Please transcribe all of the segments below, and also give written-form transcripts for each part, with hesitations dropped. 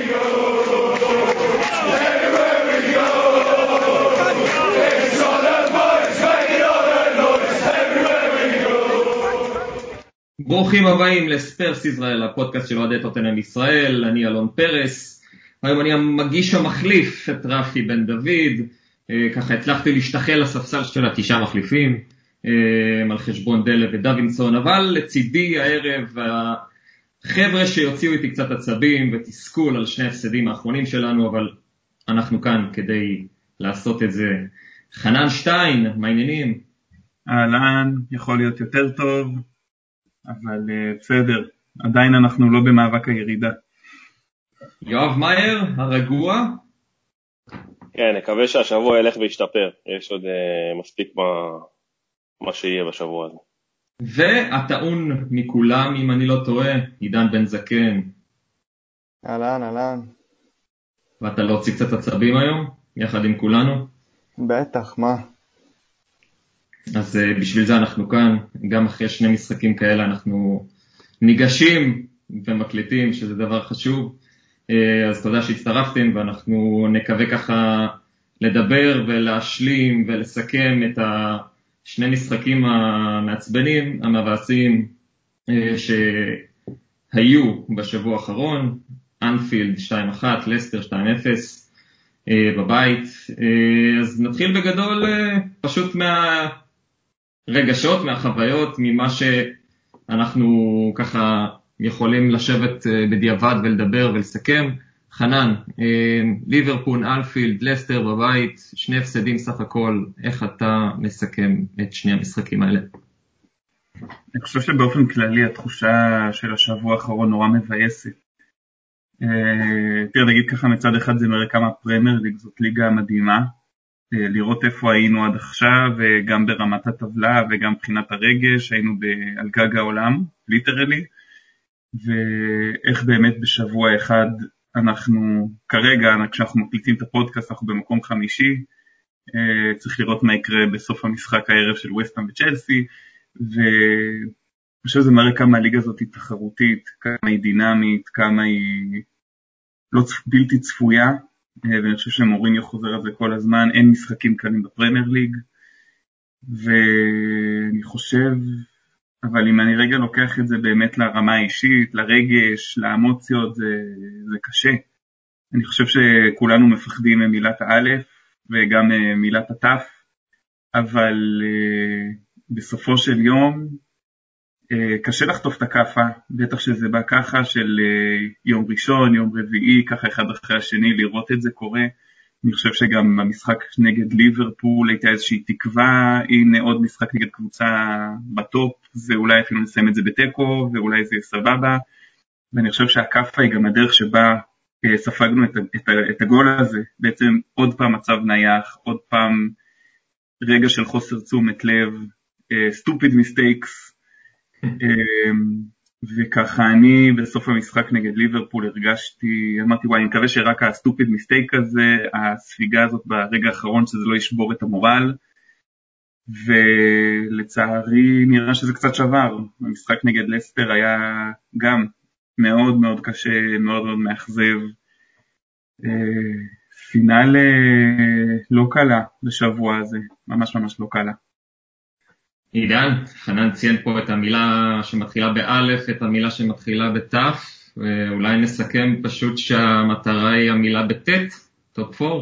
ברוכים הבאים לספרס ישראל, הפודקאסט של אוהדי טוטנהאם ישראל. אני אלון פרס. היום אני המגיש המחליף את רפי בן דוד. ככה הצלחתי להשתחל לספסל של 9 מחליפים על חשבון דלה ודווינסון, אבל לצידי הערב החבר'ה שיוציאו איתי קצת עצבים ותסכול על שני הפסדים האחרונים שלנו, אבל אנחנו כאן כדי לעשות את זה. חנן שטיין, מה העניינים? אהלן, יכול להיות יותר טוב, אבל בסדר, עדיין אנחנו לא במאבק הירידה. יואב מאייר, הרגוע? כן, נקווה שהשבוע ילך וישתפר, יש עוד מספיק מה שיהיה בשבוע הזה. והטעון מכולם, אם אני לא טועה, עידן בן זקן. אהלן. ואתה לא הוציא קצת עצבים היום, יחד עם כולנו? בטח, מה? אז בשביל זה אנחנו כאן, גם אחרי 2 משחקים כאלה אנחנו ניגשים ומקליטים, שזה דבר חשוב. אז תודה שהצטרפתם, ואנחנו נקווה ככה לדבר ולהשלים ולסכם את 2 משחקים המעצבנים, המבאסים שהיו בשבוע האחרון. אנפילד 2-1, לסטר 2-0 בבית. אז נתחיל בגדול פשוט מהרגשות, מהחוויות, ממה שאנחנו ככה יכולים לשבת בדיעבד ולדבר ולסכם. חנן, ליברפול, אנפילד, לסטר בבית, 2 הפסדים סך הכל. איך אתה מסכם את 2 המשחקים האלה? אני חושב שבאופן כללי התחושה של השבוע האחרון נורא מבאסת. תראה, נגיד ככה, מצד אחד זה מראה כמה פרמייר ליג זאת ליגה מדהימה, לראות איפה היינו עד עכשיו, גם ברמת הטבלה וגם מבחינת הרגש, היינו על גג העולם, ליטרלי, ואיך באמת בשבוע אחד אנחנו, כרגע כשאנחנו מקליטים את הפודקאסט אנחנו במקום 5, צריך לראות מה יקרה בסוף המשחק הערב של וסטהאם וצ'לסי, ואני חושב שזה מראה כמה הליגה הזאת היא תחרותית, כמה היא דינמית, כמה היא לא בלתי צפויה, ואני חושב שמוריניו חוזר על זה כל הזמן, אין משחקים קלים בפרמייר ליג, ואני חושב, אבל אם אני רגע לוקח את זה באמת לרמה האישית, לרגש, לאמוציות, זה קשה. אני חושב שכולנו מפחדים ממילת האלף, וגם מילת התף, אבל בסופו של יום, קשה לחטוף את הכפה, בטח שזה בא ככה של יום ראשון, יום רביעי, ככה אחד אחרי השני, לראות את זה קורה. אני חושב שגם המשחק נגד ליברפול הייתה איזושהי תקווה, הנה עוד משחק נגד קבוצה בטופ, ואולי אפילו נסיים את זה בטקו, ואולי זה סבבה, ואני חושב שהכפה היא גם הדרך שבה ספגנו את הגול הזה, בעצם עוד פעם מצב נייח, עוד פעם רגע של חוסר תשומת לב, stupid mistakes, וככה אני בסוף המשחק נגד ליברפול הרגשתי, אמרתי וואי, אני מקווה שרק הסטופיד מיסטייק הזה, הספיגה הזאת ברגע האחרון, שזה לא ישבור את המורל, ולצערי נראה שזה קצת שבר. המשחק נגד לסטר היה גם מאוד מאוד קשה, מאוד מאוד מאכזב, פינאל לא קלה לשבוע הזה, ממש ממש לא קלה. עידן, חנן ציין פה את המילה שמתחילה באלף, את המילה שמתחילה בתף, ואולי נסכם פשוט שהמטרה היא המילה בטט, טופ 4.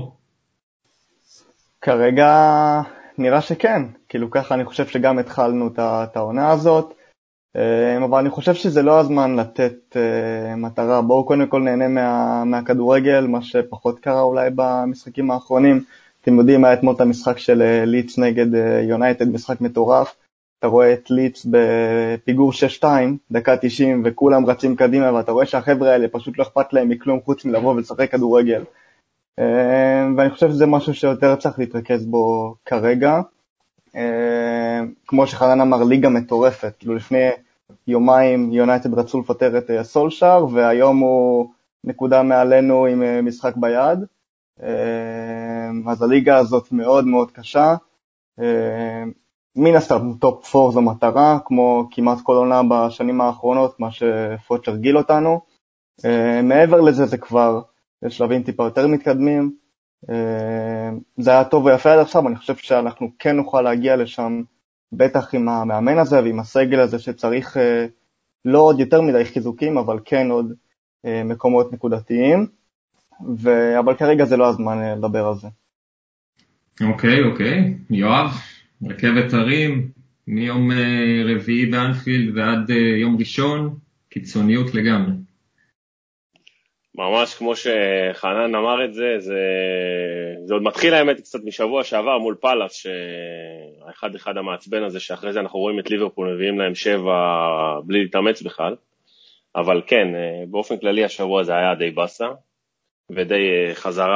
כרגע נראה שכן, כאילו ככה אני חושב שגם התחלנו את העונה הזאת, אבל אני חושב שזה לא הזמן לתת מטרה. בואו קודם כל נהנה מהכדורגל, מה שפחות קרה אולי במשחקים האחרונים. אתם יודעים, היה אתמול את המשחק של ליץ נגד יונייטד, משחק מטורף. אתה רואה את ליץ בפיגור 6-2, דקה 90, וכולם רצים קדימה, ואתה רואה שהחבר'ה האלה פשוט לא אכפת להם מכלום חוץ מלבוא ולשחק כדורגל. ואני חושב שזה משהו שיותר צריך להתרכז בו כרגע. כמו שחנן אמר, ליגה מטורפת. כאילו לפני יומיים יונייטד רצו לפטר את סולשר, והיום הוא נקודה מעלינו עם משחק ביד. אז הליגה הזאת מאוד מאוד קשה. מן הסתם טופ 4 זו מטרה, כמו כמעט כל עונה בשנים האחרונות, מה שפוטשר גיל אותנו. מעבר לזה זה כבר לשלבים טיפה יותר מתקדמים. זה היה טוב ויפה עד עכשיו, אני חושב שאנחנו כן נוכל להגיע לשם, בטח עם המאמן הזה ועם הסגל הזה שצריך לא עוד יותר מדי חיזוקים, אבל כן עוד מקומות נקודתיים, אבל כרגע זה לא הזמן לדבר על זה. אוקיי. יואב, רכבת הרים, מיום רביעי באנפילד ועד יום ראשון, קיצוניות לגמרי. ממש כמו שחנן אמר את זה, זה עוד מתחיל האמת קצת משבוע שעבר מול פלאס, שהאחד המעצבן הזה, שאחרי זה אנחנו רואים את ליברפול, מביאים להם 7 בלי להתאמץ בכלל, אבל כן, באופן כללי השבוע זה היה די בסה, ודי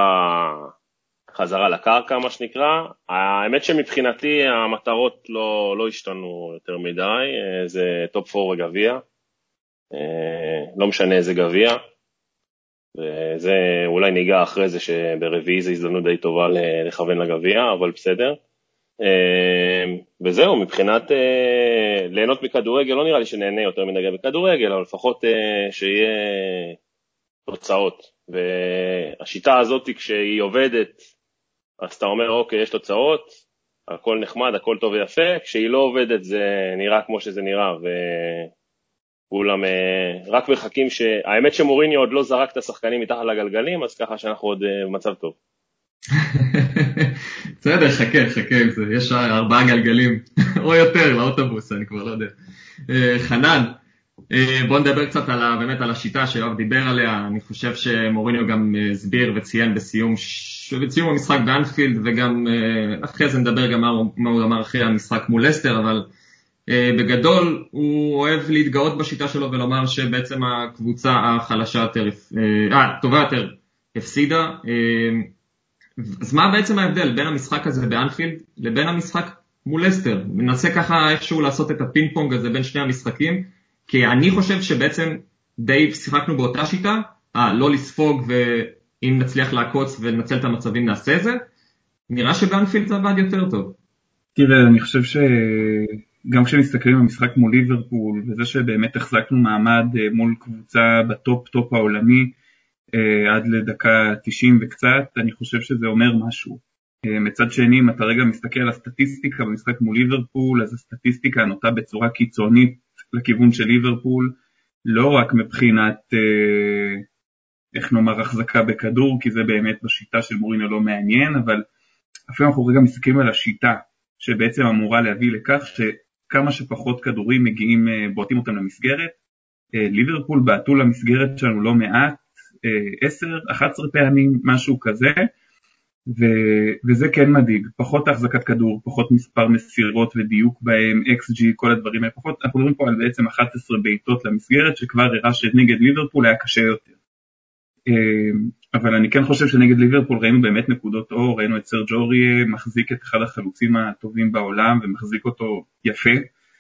חזרה לקרקע מה שנקרא. האמת שמבחינתי המטרות לא השתנו יותר מדי, זה טופ 4 גביע, לא משנה איזה גביע, וזה אולי ניגע אחרי זה שברביעי זה הזדמנות די טובה לכוון לגביע, אבל בסדר. וזהו, מבחינת ליהנות מכדורגל, לא נראה לי שנהנה יותר מנגע בכדורגל, אבל לפחות שיהיה תוצאות. והשיטה הזאת כשהיא עובדת, אז אתה אומר אוקיי, יש תוצאות, הכל נחמד, הכל טוב ויפה, כשהיא לא עובדת זה נראה כמו שזה נראה, וכולם רק מחכים האמת שמוריני עוד לא זרק את השחקנים מתחת לגלגלים, אז ככה שאנחנו עוד במצב טוב. בסדר, חכה עם זה, יש 4 גלגלים, או יותר לאוטובוס, אני כבר לא יודע. חנן, בוא נדבר קצת באמת על השיטה שיואב דיבר עליה. אני חושב שמוריניו גם הסביר וציין בסיום המשחק באנפילד, וגם אחרי זה נדבר גם מה הוא אמר אחרי המשחק מול לסטר, אבל בגדול הוא אוהב להתגאות בשיטה שלו ולומר שבעצם הקבוצה החלשה יותר, טובה יותר, הפסידה. אז מה בעצם ההבדל בין המשחק הזה באנפילד לבין המשחק מול לסטר? מנסה ככה איכשהו לעשות את הפינג פונג הזה בין שני המשחקים, כי אני חושב שבעצם די שיחקנו באותה שיטה, לא לספוג, ואם נצליח לעקוץ ולנצל את המצבים נעשה את זה. נראה שבאנפילד זה עבד יותר טוב. תראה, אני חושב שגם כשמסתכלים על המשחק מול ליברפול, וזה שבאמת החזקנו מעמד מול קבוצה בטופ העולמי, עד לדקה 90 וקצת, אני חושב שזה אומר משהו. מצד שני, אם אתה רגע מסתכל על הסטטיסטיקה במשחק מול ליברפול, אז הסטטיסטיקה נוטה בצורה קיצונית לכיוון של ליברפול, לא רק מבחינת, איך נאמר, החזקה בכדור, כי זה באמת בשיטה של מוריניו לא מעניין, אבל אפילו אנחנו רגע מסתכלים על השיטה, שבעצם אמורה להביא לכך שכמה שפחות כדורים מגיעים, בועטים אותם למסגרת. ליברפול בעטו למסגרת שלנו לא מעט, 10-11 פעמים, משהו כזה, וזה כן מדאיג. פחות החזקת כדור, פחות מספר מסירות ודיוק בהם, XG, כל הדברים האלה, פחות, אנחנו מדברים פה על בעצם 11 בעיטות למסגרת, שכבר הראה שנגד ליברפול היה קשה יותר. אבל אני כן חושב שנגד ליברפול ראינו באמת נקודות אור, ראינו את סרג' אוריה מחזיק את אחד החלוצים הטובים בעולם, ומחזיק אותו יפה.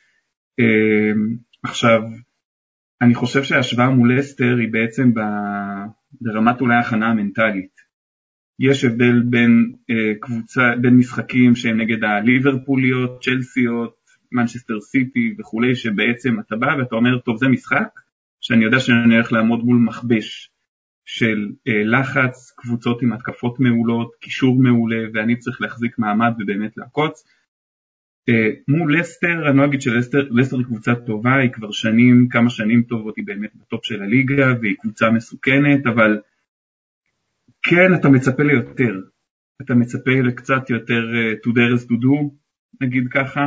עכשיו, אני חושב שההשוואה מול לסטר היא בעצם ברמת אולי הכנה המנטלית. יש הבדל בין משחקים שהם נגד הליברפוליות, צ'לסיות, מנצ'סטר סיטי וכולי, שבעצם אתה בא ואתה אומר, טוב, זה משחק שאני יודע שאני הולך לעמוד מול מכבש של לחץ, קבוצות עם התקפות מעולות, קישור מעולה, ואני צריך להחזיק מעמד ובאמת לעקוץ. מול לסטר, אני לא אגיד שלסטר היא קבוצה טובה, היא כבר כמה שנים טובות, היא באמת בטופ של הליגה, והיא קבוצה מסוכנת, אבל כן, אתה מצפה ליותר. אתה מצפה לקצת יותר to dare is to do, נגיד ככה,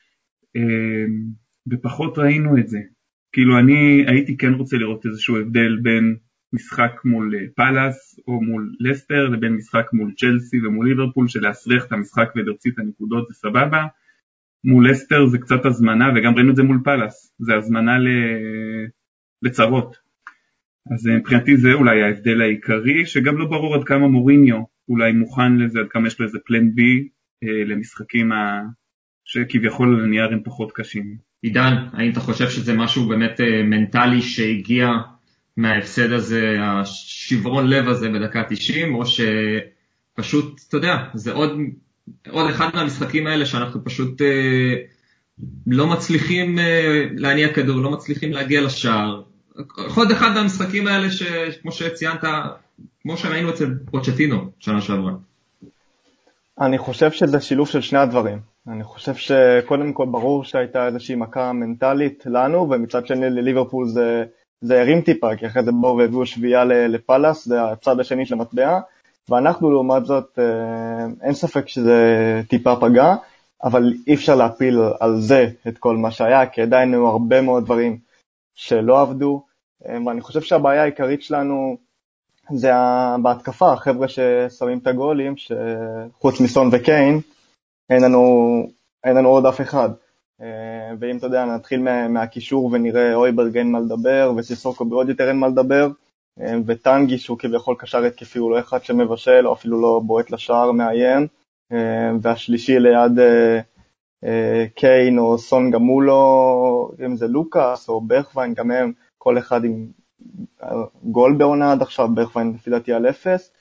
ופחות ראינו את זה. כאילו אני הייתי כן רוצה לראות איזשהו הבדל בין משחק מול פלאס או מול לסטר, לבין משחק מול צ'לסי ומול ליברפול, שלהסריח את המשחק ולהוציא את הנקודות זה סבבה. מול לסטר זה קצת הזמנה, וגם ראינו את זה מול פלאס, זה הזמנה לצרות. אז מבחינתי זה אולי ההבדל העיקרי, שגם לא ברור עד כמה מוריניו אולי מוכן לזה, עד כמה יש לו איזה פלן בי למשחקים שכביכול על הנייר הם פחות קשים. עידן, האם אתה חושב שזה משהו באמת מנטלי שהגיע מההפסד הזה, השברון לב הזה בדקה 90, או שפשוט, אתה יודע, זה עוד אחד מהמשחקים האלה שאנחנו פשוט לא מצליחים להניע כדור, לא מצליחים להגיע לשער. עוד אחד מהמשחקים האלה שכמו שציינת, כמו שראינו אצל פוצ'טינו שנה שעברה? אני חושב שזה שילוב של שני הדברים. אני חושב שקודם כל ברור שהייתה איזושהי מכה מנטלית לנו, ומצד שני לליברפול זה הרים טיפה, כי אחרי זה באו והביאו שביעה לפלאס, זה הצד השני של המטבע, ואנחנו לעומת זאת, אין ספק שזה טיפה פגע, אבל אי אפשר להפיל על זה את כל מה שהיה, כי עדיין היו הרבה מאוד דברים שלא עבדו, ואני חושב שהבעיה העיקרית שלנו זה בהתקפה, החבר'ה ששמים את הגולים, שחוץ מסון וקיין, אין לנו עוד אף אחד. ואם אתה יודע, נתחיל מהקישור ונראה אויברג אין מה לדבר, וסיסוקו בעוד יותר אין מה לדבר, וטנגי שהוא כביכול קשר התקפי, הוא לא אחד שמבשל, או אפילו לא בועט לשער מאיים, והשלישי ליד קיין או סון גמולו, אם זה לוקאס או ברכווין, גם הם, כל אחד עם גול בעונה עד עכשיו, ברכווין לפי דעתי על 0,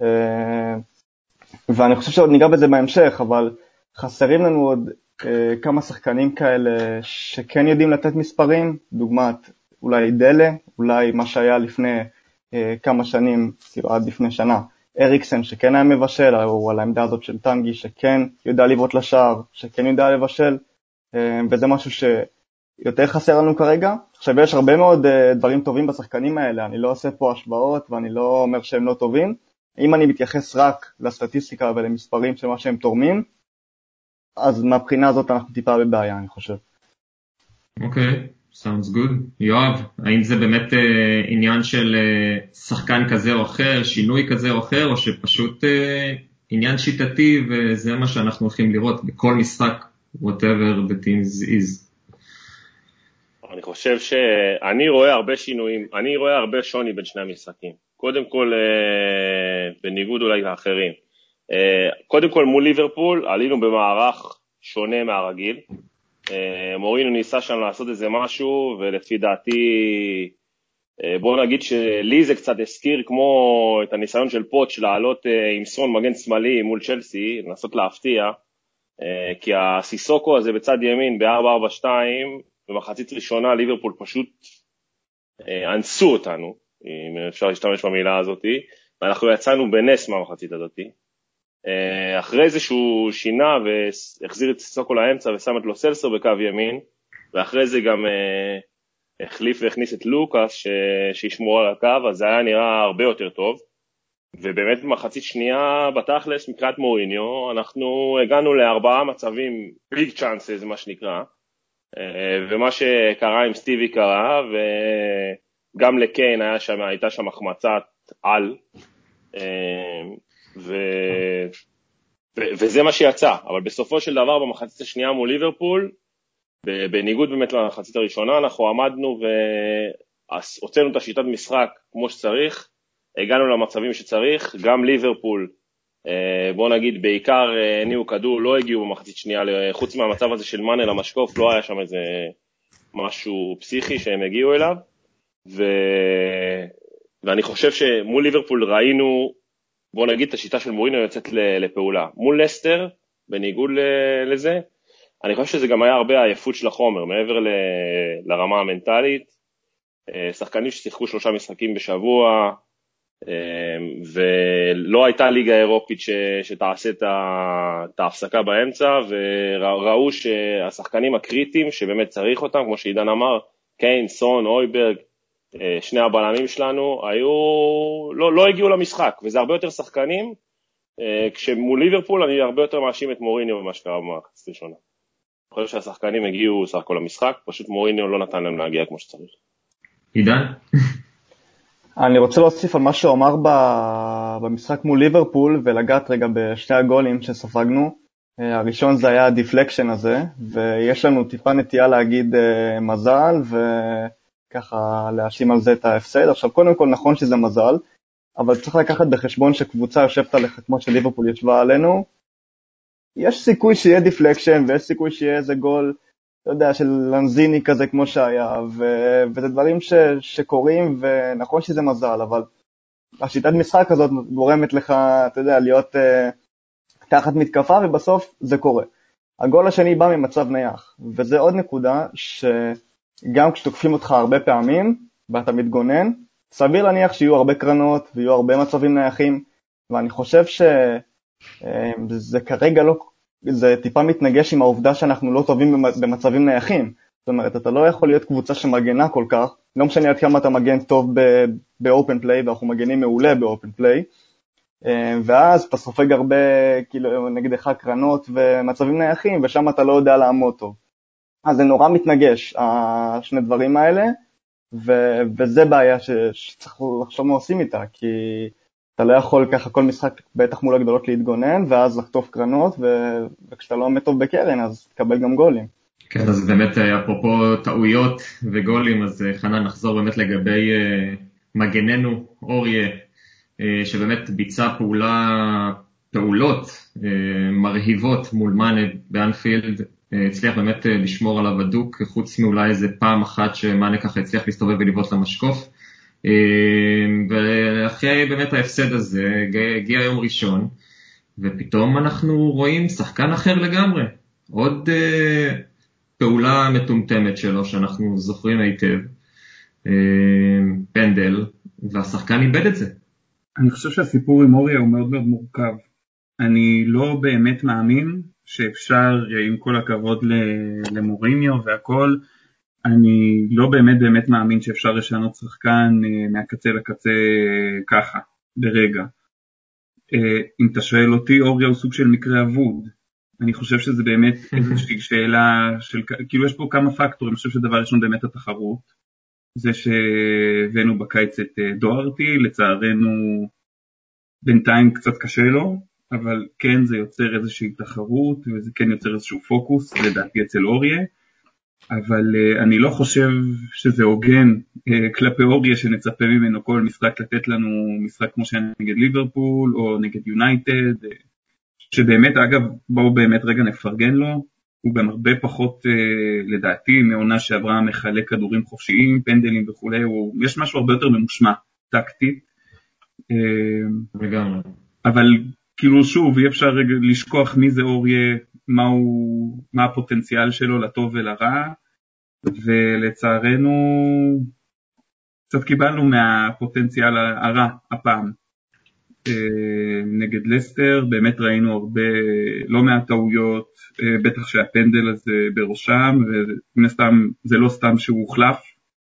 ואני חושב שעוד ניגע בזה בהמשך, אבל חסרים לנו עוד כמה שחקנים כאלה שכן יודעים לתת מספרים, דוגמת אולי דלה, אולי מה שהיה לפני כמה שנים, כאילו עד לפני שנה, אריקסן שכן היה מבשל, או על העמדה הזאת של טנגי שכן יודע לבעוט לשער, שכן יודע לבשל, וזה משהו שיותר חסר לנו כרגע. עכשיו יש הרבה מאוד דברים טובים בשחקנים האלה, אני לא עושה פה השוואות ואני לא אומר שהם לא טובים, אם אני מתייחס רק לסטטיסטיקה ולמספרים של מה שהם תורמים, אז מהבחינה הזאת אנחנו טיפה בבעיה, אני חושב. אוקיי, sounds good. יואב, האם זה באמת עניין של שחקן כזה או אחר, שינוי כזה או אחר, או שפשוט עניין שיטתי וזה מה שאנחנו הולכים לראות בכל משחק, whatever the team is? אני חושב שאני רואה הרבה שינויים, אני רואה הרבה שוני בין שני המשחקים. קודם כל, בניגוד אולי לאחרים. קודם כל מול ליברפול עלינו במערך שונה מהרגיל. מורינו ניסה שם לעשות איזה משהו, ולפי דעתי, בואו נגיד שלי זה קצת הזכיר כמו את הניסיון של פוץ' לעלות עם סון מגן שמאלי מול צ'לסי, לנסות להפתיע, כי הסיסוקו הזה בצד ימין ב-4-4-2, במחצית ראשונה ליברפול פשוט אנסו אותנו, אם אפשר להשתמש במילה הזאת, ואנחנו יצאנו בנס מהמחצית הזאת. אחרי זה שהוא שינה והחזיר את סיסוקו לאמצע ושם את לוסלסו בקו ימין, ואחרי זה גם החליף והכניס את לוקאס שישמור על הקו, אז זה היה נראה הרבה יותר טוב. ובאמת במחצית שנייה בתכלס מקראת מוריניו אנחנו הגענו ל4 מצבים ביג צ'אנסס מה שנקרא, ומה שקרה עם סטיבי קרה, וגם לקיין הייתה שם החמצת על, וזה מה שיצא. אבל בסופו של דבר במחצית השנייה מול ליברפול, בניגוד באמת למחצית הראשונה, אנחנו עמדנו והוצאנו את השיטת משחק כמו שצריך, הגענו למצבים שצריך, גם ליברפול, בוא נגיד בעיקר ניו כדור לא הגיעו במחצית שנייה, חוץ מהמצב הזה של מנה למשקוף, לא היה שם איזה משהו פסיכי שהם הגיעו אליו, ואני חושב שמול ליברפול ראינו, בוא נגיד את השיטה של מוריניו יוצאת לפעולה. מול לסטר, בניגוד לזה, אני חושב שזה גם היה הרבה העייפות של החומר, מעבר לרמה המנטלית, שחקנים ששיחקו 3 משחקים בשבוע, ולא הייתה ליגה אירופית שתעשה את ההפסקה באמצע, וראו שהשחקנים הקריטיים שבאמת צריך אותם, כמו שעידן אמר, קיין, סון, אויברג, שני הבלמים שלנו, לא הגיעו למשחק, וזה הרבה יותר שחקנים, כשמול ליברפול אני הרבה יותר מאשים את מוריניו במה שקרה במחצית הראשונה. אני חושב שהשחקנים הגיעו סך הכל למשחק, פשוט מוריניו לא נתן להם להגיע כמו שצריך. עידן? אני רוצה להוסיף על מה שהוא אמר במשחק מול ליברפול, ולגעת רגע בשני הגולים שספגנו. הראשון זה היה הדיפלקשן הזה, ויש לנו טיפה נטייה להגיד מזל, וככה להאשים על זה את ההפסד. עכשיו קודם כל נכון שזה מזל, אבל צריך לקחת בחשבון שקבוצה יושבת עליך כמו שליברפול ישבה עלינו, יש סיכוי שיהיה דיפלקשן, ויש סיכוי שיהיה איזה גול, אתה יודע, של לנזיני כזה כמו שהיה, וזה דברים שקורים, ונכון שזה מזל, אבל השיטת משחק הזאת גורמת לך, אתה יודע, להיות תחת מתקפה, ובסוף זה קורה. הגול השני בא ממצב נייח, וזה עוד נקודה, שגם כשתוקפים אותך הרבה פעמים, ואתה מתגונן, סביר להניח שיהיו הרבה קרנות ויהיו הרבה מצבים נייחים, ואני חושב שזה כרגע לא, זה טיפה מתנגש עם העובדה שאנחנו לא טובים במצבים נייחים. זאת אומרת, אתה לא יכול להיות קבוצה שמגנה כל כך, לא משנה עד כמה אתה מגן טוב באופן פליי, ואנחנו מגנים מעולה באופן פליי, ואז אתה סופג הרבה כאילו, נגדך קרנות ומצבים נייחים, ושם אתה לא יודע לעמוד טוב. אז זה נורא מתנגש, השני דברים האלה, וזה בעיה שצריך לחשוב מה עושים איתה, כי אתה לא יכול ככה כל משחק בטח מול הגדולות להתגונן, ואז לחטוף קרנות, וכשאתה לא עומד טוב בקרן, אז תקבל גם גולים. כן, אז באמת אפרופו טעויות וגולים, אז חנן נחזור באמת לגבי מגננו אוריה, שבאמת ביצע פעולות מרהיבות מול מאנה באנפילד, הצליח באמת לשמור עליו הדוק, חוץ מאולי איזה פעם אחת שמאנה ככה הצליח להסתובב ולבעוט למשקוף, ואחרי באמת ההפסד הזה הגיע יום ראשון, ופתאום אנחנו רואים שחקן אחר לגמרי, עוד פעולה מטומטמת שלו שאנחנו זוכרים היטב, פנדל, והשחקן איבד את זה. אני חושב שהסיפור עם אוריה הוא מאוד מאוד מורכב. אני לא באמת מאמין שאפשר, עם כל הכבוד למוריניו והכל, אני לא באמת מאמין שאפשר לשנות שחקן מהקצה לקצה ככה, ברגע. אם אתה שואל אותי, אוריה הוא סוג של מקרה אבוד. אני חושב שזה באמת איזושהי שאלה של, כאילו יש פה כמה פקטורים. אני חושב שדבר ראשון באמת התחרות, זה שהבאנו בקיץ את דוארטי, לצערנו בינתיים קצת קשה לו, אבל כן זה יוצר איזושהי תחרות, וזה כן יוצר איזשהו פוקוס, לדעתי אצל אוריה, אבל אני לא חושב שזה הוגן כלפי אוריה שנצפה ממנו כל משחק לתת לנו משחק כמו שהיה נגד ליברפול או נגד יונייטד, שבאמת אגב בואו באמת רגע נפרגן לו, הוא גם הרבה פחות לדעתי מעונה שעברה מחלק כדורים חופשיים, פנדלים וכו', יש משהו הרבה יותר ממושמע, טקטית, לגמרי. אבל כאילו שוב אי אפשר רגע לשכוח מי זה אוריה, מה הפוטנציאל שלו לטוב ולרע, ולצערנו קצת קיבלנו מהפוטנציאל הרע הפעם. נגד לסטר באמת ראינו הרבה, לא מעט טעויות, בטח שהפנדל הזה בראשם, וזה לא סתם שהוא הוחלף,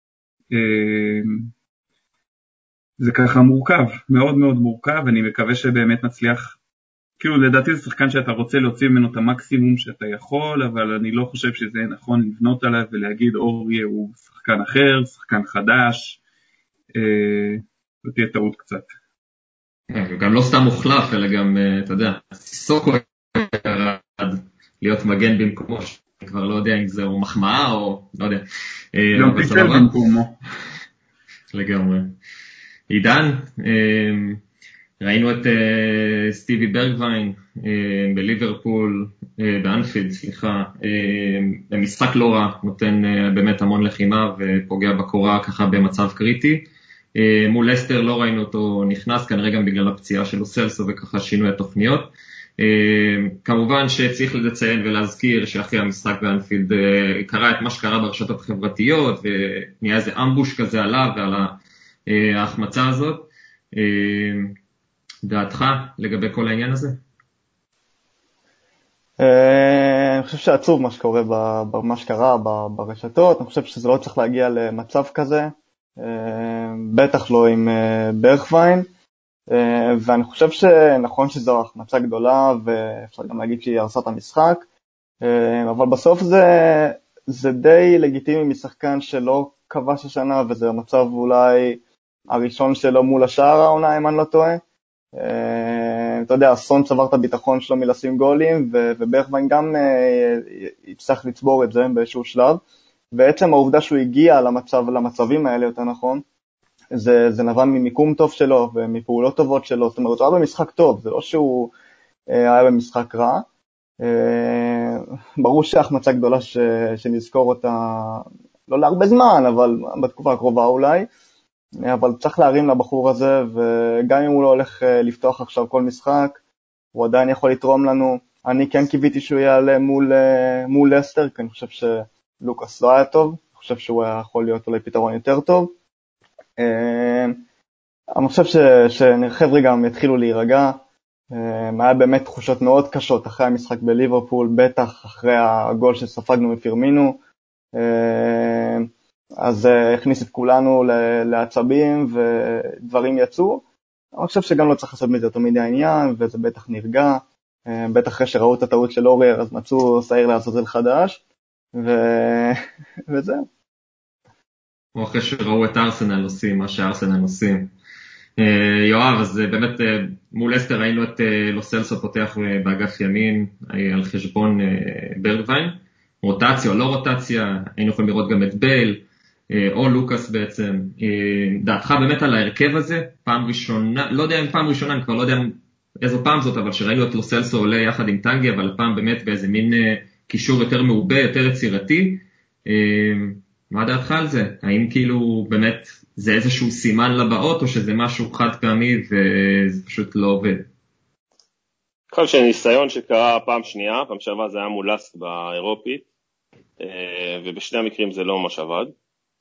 זה ככה מורכב, מאוד מאוד מורכב, אני מקווה שבאמת נצליח, כאילו לדעתי זה שחקן שאתה רוצה להוציא ממנו את המקסימום שאתה יכול, אבל אני לא חושב שזה נכון לבנות עליו ולהגיד אוריה הוא שחקן אחר, שחקן חדש, זאת תהיה טעות קצת. גם לא סתם מוחלף, אלא גם, אתה יודע, סיסוקו ירד להיות מגן במקומו, אני כבר לא יודע אם זה מחמאה או לא יודע. גם פיצל במקומו. לגמרי. עידן, ראינו את סטיבי ברגווין בליברפול, באנפילד, סליחה, במשחק לא רע, נותן באמת המון לחימה ופוגע בקורה ככה במצב קריטי. מול לסטר לא ראינו אותו נכנס, כנראה גם בגלל הפציעה של לוסלסו וככה שינוי התוכניות. כמובן שצריך לציין ולהזכיר שאחרי המשחק באנפילד קרה את מה שקרה ברשתות החברתיות, ונהיה איזה אמבוש כזה עליו ועל ההחמצה הזאת. דעתך לגבי כל העניין הזה? אני חושב שעצוב מה שקרה ברשתות, אני חושב שזה לא צריך להגיע למצב כזה, בטח לא עם ברגווין, ואני חושב שנכון שזו החמצה גדולה, ואפשר גם להגיד שהיא הרסה את המשחק, אבל בסוף זה די לגיטימי משחקן שלא כבש השנה, וזה המצב אולי הראשון שלו מול השאר העונה, אם אני לא טועה. אתה יודע, אסון צבר את הביטחון שלו מלשים גולים, וברגווין גם יצטרך לצבור את זה באיזשהו שלב, בעצם העובדה שהוא הגיע למצבים האלה, יותר נכון, זה נבע ממיקום טוב שלו ומפעולות טובות שלו, זאת אומרת, הוא היה במשחק טוב, זה לא שהוא היה במשחק רע. ברור שהחמצה גדולה שנזכור אותה, לא להרבה זמן, אבל בתקופה הקרובה אולי, אבל צריך להרים לבחור הזה, וגם אם הוא לא הולך לפתוח עכשיו כל משחק, הוא עדיין יכול לתרום לנו. אני כן קיוויתי שהוא יעלה מול לסטר, כי אני חושב שלוקאס לא היה טוב, אני חושב שהוא היה יכול להיות אולי פתרון יותר טוב, אני חושב שנרחב גם יתחילו להירגע, היה באמת תחושות מאוד קשות אחרי המשחק בליברפול, בטח אחרי הגול שספגנו מפירמינו, אז הכניס את כולנו לעצבים ודברים יצאו. אני חושב שגם לא צריך לעשות מזה יותר מדי העניין, וזה בטח נרגע, בטח אחרי שראו את הטעות של אורייר, אז מצאו שעיר לעזאזל חדש, וזהו. או אחרי שראו את ארסנל עושים מה שארסנל עושים. יואב, אז באמת מול אסטר ראינו את לוסלסו פותח באגף ימין על חשבון ברגווין, רוטציה או לא רוטציה, היינו יכולים לראות גם את בייל או לוקאס בעצם. דעתך באמת על ההרכב הזה, פעם ראשונה, לא יודע אם פעם ראשונה, אני כבר לא יודע איזו פעם זאת, אבל שראינו את לוסלסו עולה יחד עם טנגי, אבל הפעם באמת באיזה מין קישור יותר מעובה, יותר יצירתי. מה דעתך על זה? האם כאילו באמת זה איזשהו סימן לבאות, או שזה משהו חד פעמי וזה פשוט לא עובד? כל שניסיון שקרה פעם שנייה, פעם שעברה זה היה מול לסק באירופית, ובשני המקרים זה לא ממש עבד.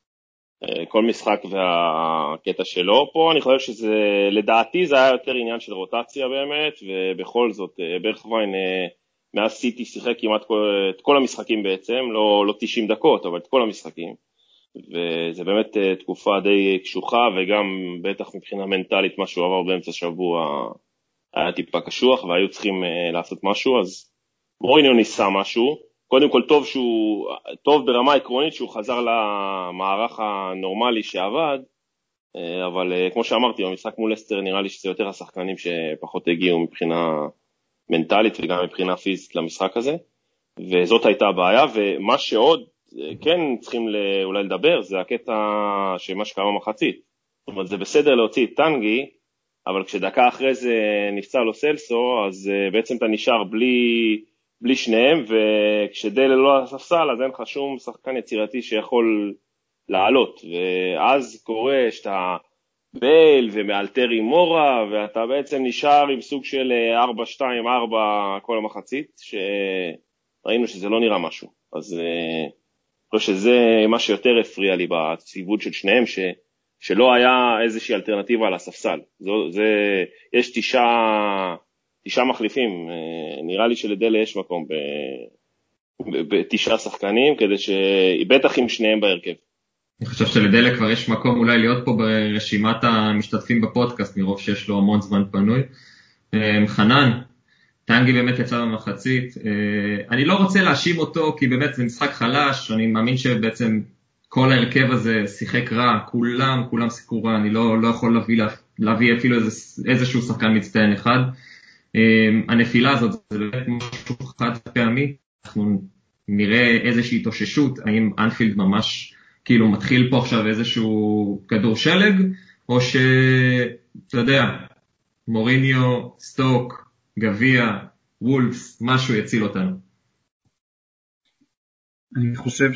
כל משחק והקטע שלו פה, אני חושב שזה, לדעתי זה היה יותר עניין של רוטציה באמת, ובכל זאת, ברכווין מאז סיטי שיחק כמעט את כל המשחקים בעצם, לא 90 דקות, אבל את כל המשחקים. וזה באמת תקופה די קשוחה, וגם בטח מבחינה מנטלית מה שהוא עבר באמצע שבוע היה טיפה קשוח, והיו צריכים לעשות משהו, אז מוריניו ניסה משהו. קודם כל טוב ברמה עקרונית שהוא חזר למערך הנורמלי שעבד, אבל כמו שאמרתי, במשחק מול אסטר נראה לי שזה יותר השחקנים שפחות הגיעו מבחינה מנטלית וגם מבחינה פיזית למשחק הזה, וזאת הייתה הבעיה. ומה שעוד כן צריכים אולי לדבר, זה הקטע שמה שקרה במחצית. זאת אומרת, זה בסדר להוציא את טנגי, אבל כשדקה אחרי זה נפצע לו סלסו, אז בעצם אתה נשאר בלי שניהם, וכשדלה לא על הספסל, אז אין לך שום שחקן יצירתי שיכול לעלות, ואז קורה שאתה בייל ומאלתר עם מורה, ואתה בעצם נשאר עם סוג של 4-2-4 כל המחצית, שראינו שזה לא נראה משהו. אז אני חושב שזה מה שיותר הפריע לי בציוות של שניהם, שלא היה איזושהי אלטרנטיבה על הספסל. יש 9 מחליפים, נראה לי שלדלה יש מקום ב9 שחקנים, כדי שבטח עם שניהם בהרכב. אני חושב שלדלה כבר יש מקום אולי להיות פה ברשימת המשתתפים בפודקאסט, מרוב שיש לו המון זמן פנוי. חנן, טנגי באמת יצא במחצית, אני לא רוצה להאשים אותו, כי באמת זה משחק חלש, אני מאמין שבעצם כל ההרכב הזה שיחק רע, כולם שיחקו רע, אני לא יכול להביא אפילו איזשהו שחקן מצטיין אחד. הנפילה הזאת זה באמת משהו חד פעמי, אנחנו נראה איזושהי התאוששות, האם אנפילד ממש כאילו מתחיל פה עכשיו איזשהו כדור שלג, או שאתה יודע, מוריניו, סטוק, גביע, וולפס, משהו יציל אותנו. אני חושב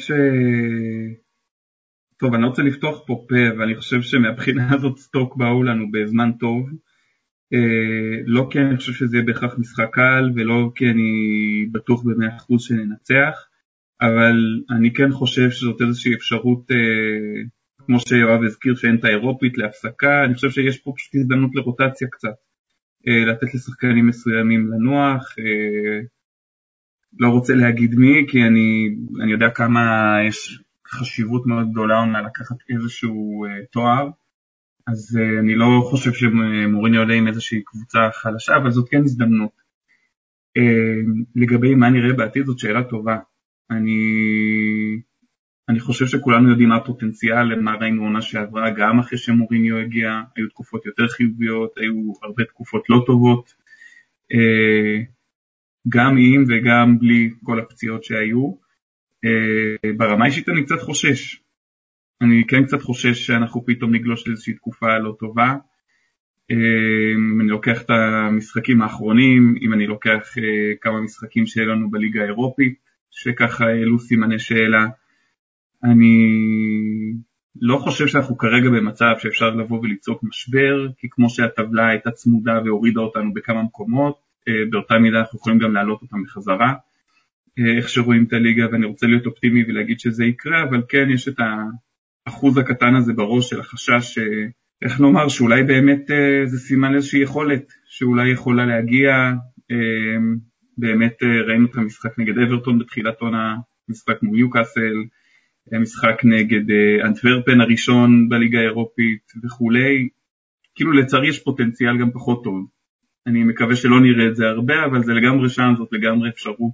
טוב, אני לא רוצה לפתוח פה פה, אבל אני חושב שמהבחינה הזאת סטוק באו לנו בזמן טוב, לא כי אני חושב שזה יהיה בהכרח משחק קל, ולא כי אני בטוח ב100% שננצח, אבל אני כן חושב שזאת איזושהי אפשרות, כמו שיואב הזכיר שאין את האירופית להפסקה, אני חושב שיש פה פשוט הזדמנות לרוטציה קצת, לתת לשחקנים מסוימים לנוח, לא רוצה להגיד מי, כי אני יודע כמה יש חשיבות מאוד גדולה עונה לקחת איזשהו תואר, אז אני לא חושב שמוריניו עולה עם איזושהי קבוצה חלשה, אבל זאת כן הזדמנות. לגבי מה נראה בעתיד, זאת שאלה טובה. אני חושב שכולנו יודעים מה הפוטנציאל, למה ראינו עונה שעברה, גם אחרי שמוריניו הגיע, היו תקופות יותר חיוביות, היו הרבה תקופות לא טובות, גם עם וגם בלי כל הפציעות שהיו. ברמה אישית אני קצת חושש. אני כן קצת חושש שאנחנו פתאום נגלוש לאיזושהי תקופה לא טובה. אם אני לוקח את המשחקים האחרונים, אם אני לוקח כמה משחקים שיהיה לנו בליגה האירופית, שככה העלו סימני שאלה, אני לא חושב שאנחנו כרגע במצב שאפשר לבוא וליצוק משבר, כי כמו שהטבלה הייתה צמודה והורידה אותנו בכמה מקומות, באותה מידה אנחנו יכולים גם להעלות אותם בחזרה, איך שרואים את הליגה, ואני רוצה להיות אופטימי ולהגיד שזה יקרה, אבל כן יש את האחוז הקטן הזה בראש של החשש, איך נאמר, שאולי באמת זה סימן איזושהי יכולת, שאולי יכולה להגיע, באמת ראינו את המשחק נגד אברטון בתחילת עונה, משחק מול ניוקאסל, משחק נגד אנטוורפן הראשון בליגה האירופית וכולי, כאילו לצערי יש פוטנציאל גם פחות טוב. אני מקווה שלא נראה את זה הרבה, אבל זה לגמרי שם, זאת לגמרי אפשרות.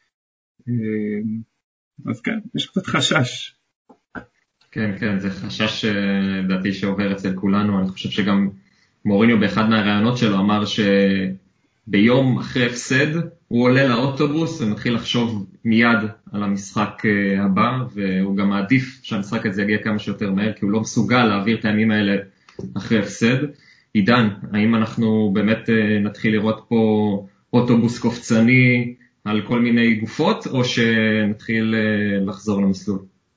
אז כן, יש קצת חשש. כן, כן, זה חשש דעתי שעובר אצל כולנו. אני חושב שגם מוריניו באחד מהרעיונות שלו אמר שביום אחרי הפסד הוא עולה לאוטובוס ומתחיל לחשוב מיד על המשחק הבא, והוא גם מעדיף שהמשחק הזה יגיע כמה שיותר מהר, כי הוא לא מסוגל להעביר את הימים האלה אחרי הפסד. עידן, האם אנחנו באמת נתחיל לראות פה אוטובוס קופצני על כל מיני גופות, או שנתחיל לחזור למסלול?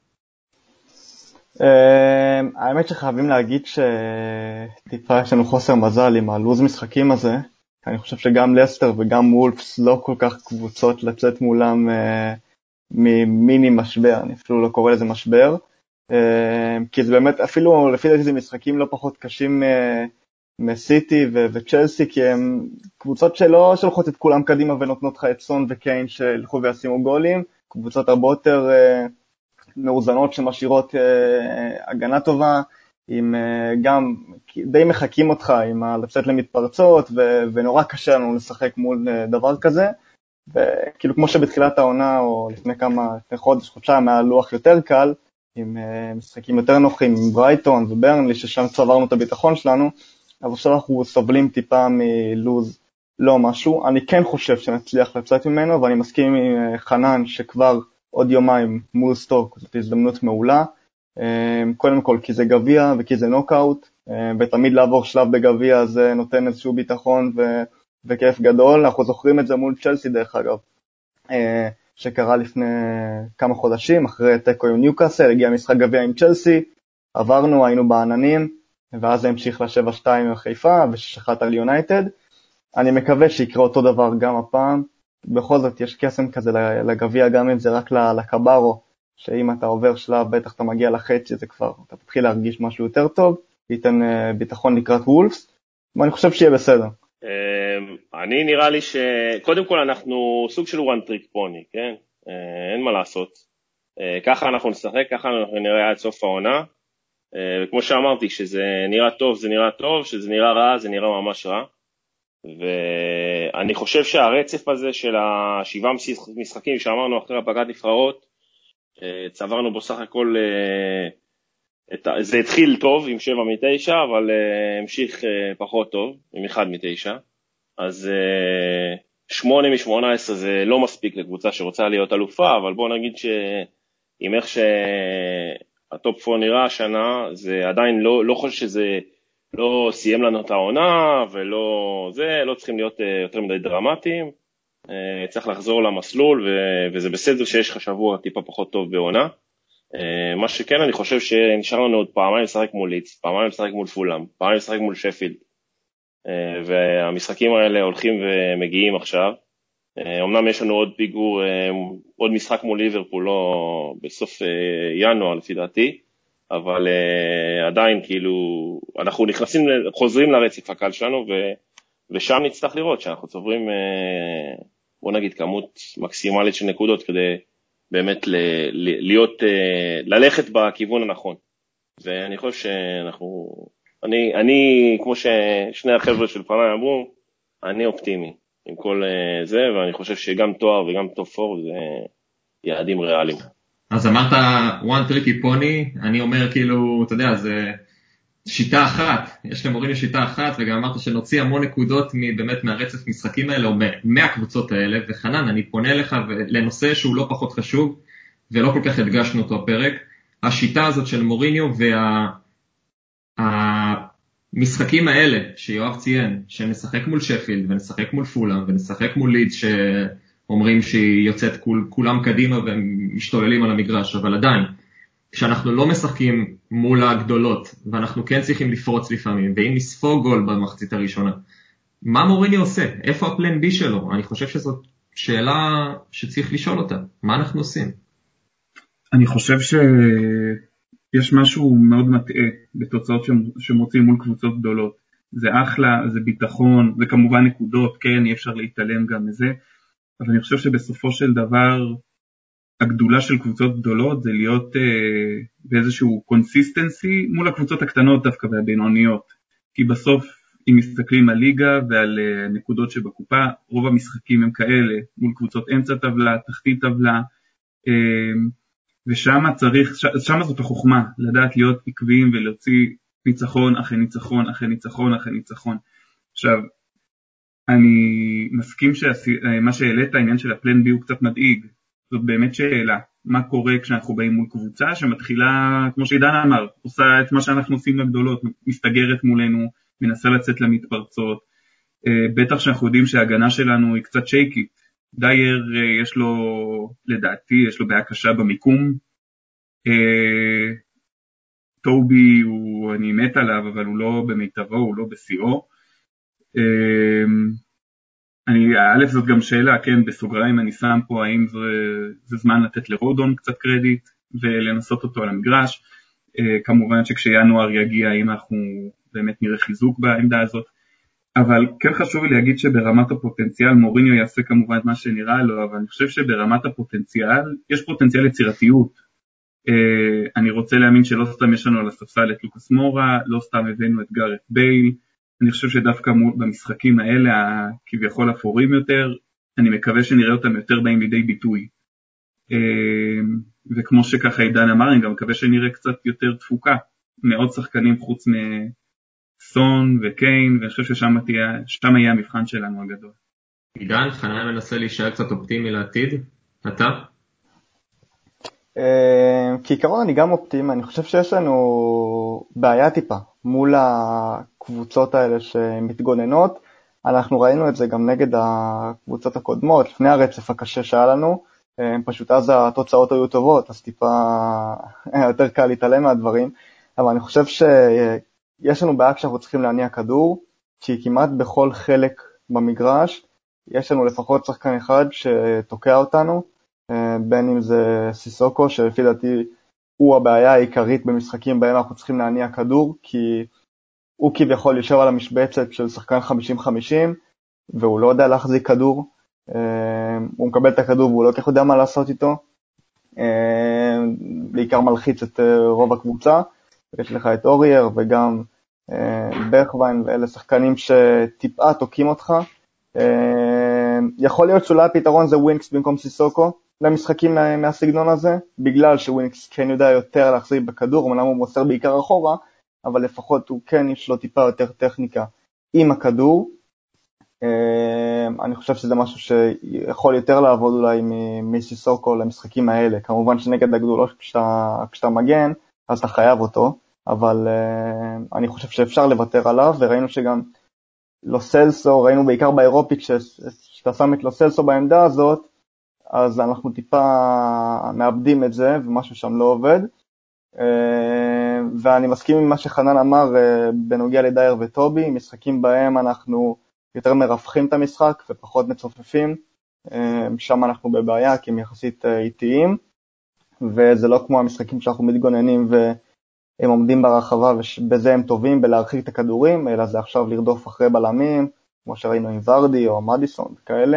האמת שחייבים להגיד שטיפה יש לנו חוסר מזל עם הלוז משחקים הזה. אני חושב שגם לסטר וגם וולפס לא כל כך קבוצות לצאת מולם ממיני משבר, אני אפילו לא קורא לזה משבר, כי זה באמת אפילו לפי דעתי זה משחקים לא פחות קשים מסיטי וצ'לסי, כי הם קבוצות שלא שלחות את כולם קדימה ונותנות לך את סון וקיין שילכו וישימו גולים, קבוצות הרבה יותר מאוזנות שמשאירות הגנה טובה, עם גם די מחכים אותך עם לצאת למתפרצות, ונורא קשה לנו לשחק מול דבר כזה, וכאילו כמו שבתחילת העונה או לפני חודש, חודשיים היה לוח יותר קל, עם משחקים יותר נוחים, עם ברייטון וברנלי, ששם צברנו את הביטחון שלנו, אז עכשיו אנחנו סובלים טיפה מלוז לא משהו. אני כן חושב שנצליח לצאת ממנו, ואני מסכים עם חנן שכבר עוד יומיים מול סטוק, זאת הזדמנות מעולה, קודם כל כי זה גביע וכי זה נוקאוט, ותמיד לעבור שלב בגביע זה נותן איזשהו ביטחון וכיף גדול. אנחנו זוכרים את זה מול צ'לסי דרך אגב, שקרה לפני כמה חודשים, אחרי טקו עם ניוקאסל, הגיע משחק גביע עם צ'לסי, עברנו, היינו בעננים, ואז זה המשיך ל7-2 עם חיפה ו6-1 על יונייטד. אני מקווה שיקרה אותו דבר גם הפעם, בכל זאת יש קסם כזה לגביע, גם אם זה רק לקבארו, שאם אתה עובר שלב בטח אתה מגיע לחצי, זה כבר, אתה תתחיל להרגיש משהו יותר טוב, ייתן ביטחון לקראת וולפס, ואני חושב שיהיה בסדר. אני נראה לי שקודם כל אנחנו סוג של one trick pony, כן? אין מה לעשות. ככה אנחנו נשחק, ככה אנחנו נראה עד סוף העונה, וכמו שאמרתי, שזה נראה טוב, זה נראה טוב, שזה נראה רע, זה נראה ממש רע. ואני חושב שהרצף הזה של השבעה משחקים שאמרנו אחרי הפגרת נבחרות, צברנו בו סך הכל, זה התחיל טוב עם 7-9, אבל המשיך פחות טוב עם 1-9, אז 8-18 זה לא מספיק לקבוצה שרוצה להיות אלופה, אבל בוא נגיד שעם איך שהטופ 4 נראה השנה, זה עדיין לא חושב שזה לא סיים לנו את העונה, ולא זה, לא צריכים להיות יותר מדי דרמטיים, צריך לחזור למסלול, וזה בסדר שיש לך שבוע טיפה פחות טוב בעונה. מה שכן, אני חושב שנשאר לנו עוד פעמיים לשחק מול לידס, פעמיים לשחק מול פולאם, פעמיים לשחק מול שפילד, והמשחקים האלה הולכים ומגיעים עכשיו. אמנם יש לנו עוד פיגור, עוד משחק מול ליברפול, לא בסוף ינואר לפי דעתי, אבל עדיין כאילו אנחנו חוזרים לרצף הקל שלנו, ושם נצטרך לראות שאנחנו צוברים, בוא נגיד, כמות מקסימלית של נקודות כדי באמת ללכת בכיוון הנכון. ואני חושב שאנחנו, אני כמו ששני החבר'ה של פניי אמרו, אני אופטימי עם כל זה, ואני חושב שגם תואר וגם טופ 4 זה יעדים ריאליים. אז אמרת one tricky pony, אני אומר כאילו, אתה יודע, זה שיטה אחת, יש למוריניו שיטה אחת, וגם אמרת שנוציא המון נקודות באמת מהרצף משחקים האלה, או מהקבוצות האלה, וחנן, אני פונה לך לנושא שהוא לא פחות חשוב, ולא כל כך הדגשנו אותו הפרק, השיטה הזאת של מוריניו, והמשחקים האלה שיואב ציין, שנשחק מול שפילד, ונשחק מול פולאם, ונשחק מול לידס, שאומרים שהיא יוצאת כולם קדימה, והם משתוללים על המגרש, אבל עדיין, כשאנחנו לא משחקים מול הגדולות, ואנחנו כן צריכים לפרוץ לפעמים, ואם נספוג גול במחצית הראשונה, מה מוריניו עושה? איפה הפלן בי שלו? אני חושב שזאת שאלה שצריך לשאול אותה. מה אנחנו עושים? אני חושב יש משהו מאוד מטעה בתוצאות שמוצאים מול קבוצות גדולות. זה אחלה, זה ביטחון, זה כמובן נקודות, כן, אי אפשר להתעלם גם מזה, אבל אני חושב שבסופו של דבר, הגדולה של קבוצות גדולות זה להיות באיזשהו קונסיסטנסי מול הקבוצות הקטנות דווקא והבינוניות, כי בסוף אם מסתכלים על ליגה ועל נקודות שבקופה, רוב המשחקים הם כאלה, מול קבוצות אמצע טבלה, תחתית טבלה, ושם זאת החוכמה, לדעת להיות עקביים ולהוציא ניצחון אחרי ניצחון אחרי ניצחון אחרי ניצחון. עכשיו, אני מסכים שמה שהעלית העניין של הפלן בי הוא קצת מדאיג, זאת באמת שאלה, מה קורה כשאנחנו באים מול קבוצה שמתחילה, כמו שעידן אמר, עושה את מה שאנחנו עושים לגדולות, מסתגרת מולנו, מנסה לצאת למתפרצות, בטח שאנחנו יודעים שההגנה שלנו היא קצת שייקית, דייר יש לו, לדעתי, יש לו בעיה קשה במיקום, טובי אני מת עליו, אבל הוא לא במיטבו, הוא לא בשיאו, א' זאת גם שאלה, כן, בסוגריים אני שם פה, האם זה זמן לתת לרודון קצת קרדיט, ולנסות אותו על המגרש, כמובן שכשינואר יגיע, האם אנחנו באמת נראה חיזוק בעמדה הזאת, אבל כן חשוב לי להגיד שברמת הפוטנציאל, מוריניו יעשה כמובן מה שנראה לו, אבל אני חושב שברמת הפוטנציאל, יש פוטנציאל יצירתיות, אני רוצה להאמין שלא סתם יש לנו על הספסל את לוקאס מורה, לא סתם הבאנו את גארט בייל, אני חושב שדווקא במשחקים האלה, כביכול אפורים יותר, אני מקווה שנראה אותם יותר באים לידי ביטוי. וכמו שככה עידן אמר, אני גם מקווה שנראה קצת יותר תפוקה, מאוד שחקנים חוץ מסון וקיין, ואני חושב ששם יהיה המבחן שלנו הגדול. עידן, חנן מנסה להישאר קצת אופטימי לעתיד, אתה? כעיקרון אני גם אופטימי, אני חושב שיש לנו בעיה טיפה מול הקבוצות האלה שמתגוננות, אנחנו ראינו את זה גם נגד הקבוצות הקודמות, לפני הרצף הקשה שהיה לנו, פשוט אז התוצאות היו טובות, אז טיפה יותר קל להתעלם מהדברים, אבל אני חושב שיש לנו בעיה כשאנחנו צריכים להניע כדור, כי כמעט בכל חלק במגרש, יש לנו לפחות שחקן אחד שתוקע אותנו, בין אם זה סיסוקו, שלפי דעתי הוא הבעיה העיקרית במשחקים בהם אנחנו צריכים להניע כדור, כי הוא כביכול יושב על המשבצת של שחקן 50-50, והוא לא יודע להחזיק כדור, הוא מקבל את הכדור והוא לא כך יודע מה לעשות איתו, בעיקר מלחיץ את רוב הקבוצה, יש לך את אורייר וגם ברכווין, ואלה שחקנים שטיפה תוקים אותך, יכול להיות שאולי הפתרון זה ווינקס במקום סיסוקו, למשחקים מהסגנון הזה, בגלל שווינקס כן יודע יותר להחזיק בכדור, אמנם הוא מוסר בעיקר אחורה, אבל לפחות הוא כן יש לו טיפה יותר טכניקה עם הכדור. אני חושב שזה משהו שיכול יותר לעבוד אולי מסיסוקו למשחקים האלה. כמובן שנגד הגדולות כשאתה מגן, אז אתה חייב אותו, אבל אני חושב שאפשר לוותר עליו, וראינו שגם לוסלסו, ראינו בעיקר באירופית, כשאתה שם את לוסלסו בעמדה הזאת, אז אנחנו טיפה מאבדים את זה, ומשהו שם לא עובד. ואני מסכים עם מה שחנן אמר בנוגע לדייר וטובי, משחקים בהם אנחנו יותר מרפחים את המשחק ופחות מצופפים, שם אנחנו בבעיה כי הם יחסית איטיים, וזה לא כמו המשחקים שאנחנו מתגוננים והם עומדים ברחבה ובזה הם טובים בלהרחיק את הכדורים, אלא זה עכשיו לרדוף אחרי בלמים, כמו שראינו עם ורדי או מדיסון וכאלה,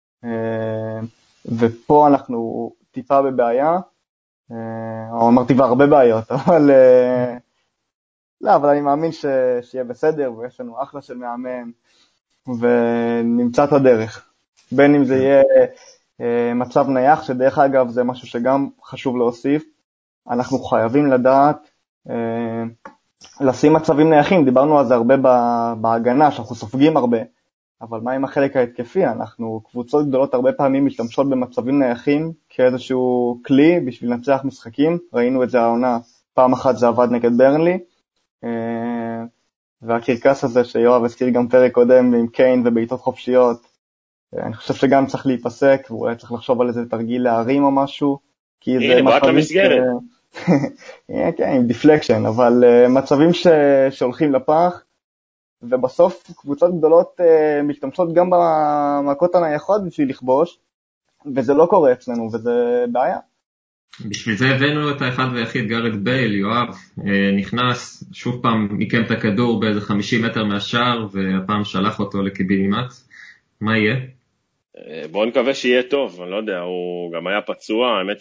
ופה אנחנו טיפה בבעיה, אמרתי והרבה בעיות, אבל לא, אבל אני מאמין שיהיה בסדר, ויש לנו אחלה של מאמן, ונמצא את הדרך. בין אם זה יהיה מצב נייח, שדרך אגב זה משהו שגם חשוב להוסיף, אנחנו חייבים לדעת לשים מצבים נייחים, דיברנו על זה הרבה בהגנה, שאנחנו סופגים הרבה, אבל מה עם החלק ההתקפי? אנחנו קבוצות גדולות הרבה פעמים משתמשות במצבים נייחים כאיזשהו כלי בשביל לנצח משחקים, ראינו את זה העונה, פעם אחת זה עבד נגד ברנלי, והקרקס הזה שיואב הזכיר גם פרק קודם עם קיין ובעיטות חופשיות, אני חושב שגם צריך להיפסק, ואולי צריך לחשוב על איזה תרגיל להרים או משהו, כי זה מצבים כן, עם דיפלקשן, אבל מצבים שהולכים לפח, ובסוף קבוצות גדולות משתמשות גם במכות הנייחות בשביל לכבוש, וזה לא קורה אצלנו, וזה בעיה. בשביל זה הבאנו את האחד והיחיד גארד בייל, יואב, נכנס, שוב פעם מיקם את הכדור באיזה 50 מטר מהשאר, והפעם שלח אותו לקיבינימט. מה יהיה? בואו נקווה שיהיה טוב, אני לא יודע, הוא גם היה פצוע, האמת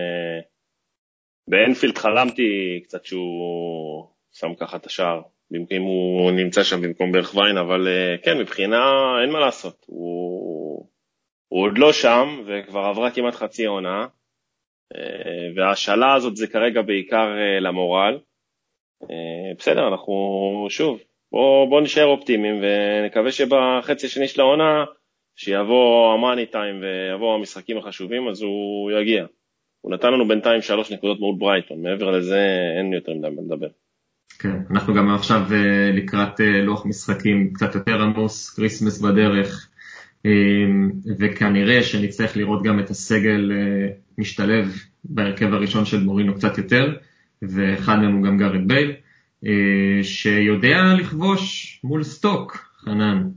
שבאנפילד חלמתי קצת שהוא שם ככה את השער, במקום הוא נמצא שם במקום בערך ויין, אבל כן, מבחינה אין מה לעשות, הוא עוד לא שם, וכבר עברה כמעט חצי עונה, והשאלה הזאת זה כרגע בעיקר למורל. בסדר, אנחנו שוב, בוא נשאר אופטימיים, ונקווה שבחצי השני של העונה, שיבוא המאני טיים ויבוא המשחקים החשובים, אז הוא יגיע. הוא נתן לנו בינתיים 3 נקודות מול ברייטון, מעבר לזה אין יותר מדי מה לדבר. כן, אנחנו גם עכשיו לקראת לוח משחקים קצת יותר עמוס, קריסמס בדרך, וכנראה שנצטרך לראות גם את הסגל משתלב בהרכב הראשון של מורינו קצת יותר, ואחד מהם הוא גם גארד בייל, שיודע לכבוש מול סטוק, חנן.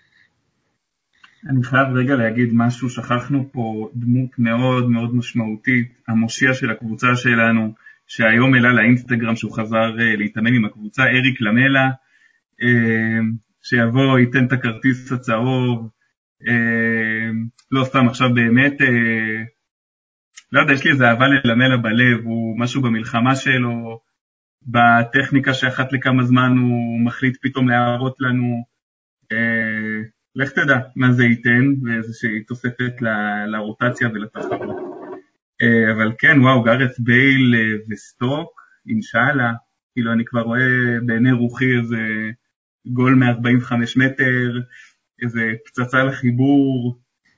אני חייב רגע להגיד משהו, שכחנו פה דמות מאוד מאוד משמעותית, המושיע של הקבוצה שלנו, שהיום העלה לאינסטגרם שהוא חזר להתאמן עם הקבוצה, אריק למלה, שיבוא, ייתן את הכרטיס הצהוב, לא סתם עכשיו באמת, לא יודע, יש לי איזה אהבה ללמלה בלב, הוא משהו במלחמה שלו, בטכניקה שאחת לכמה זמן הוא מחליט פתאום להראות לנו, לך תדע מה זה ייתן, ואיזושהי תוספת לרוטציה ולתחרות. אבל כן, וואו, גארת בייל וסטוק, אינשאללה, כאילו אני כבר רואה בעיני רוחי איזה גול מ-45 מטר, איזה פצצה לחיבור,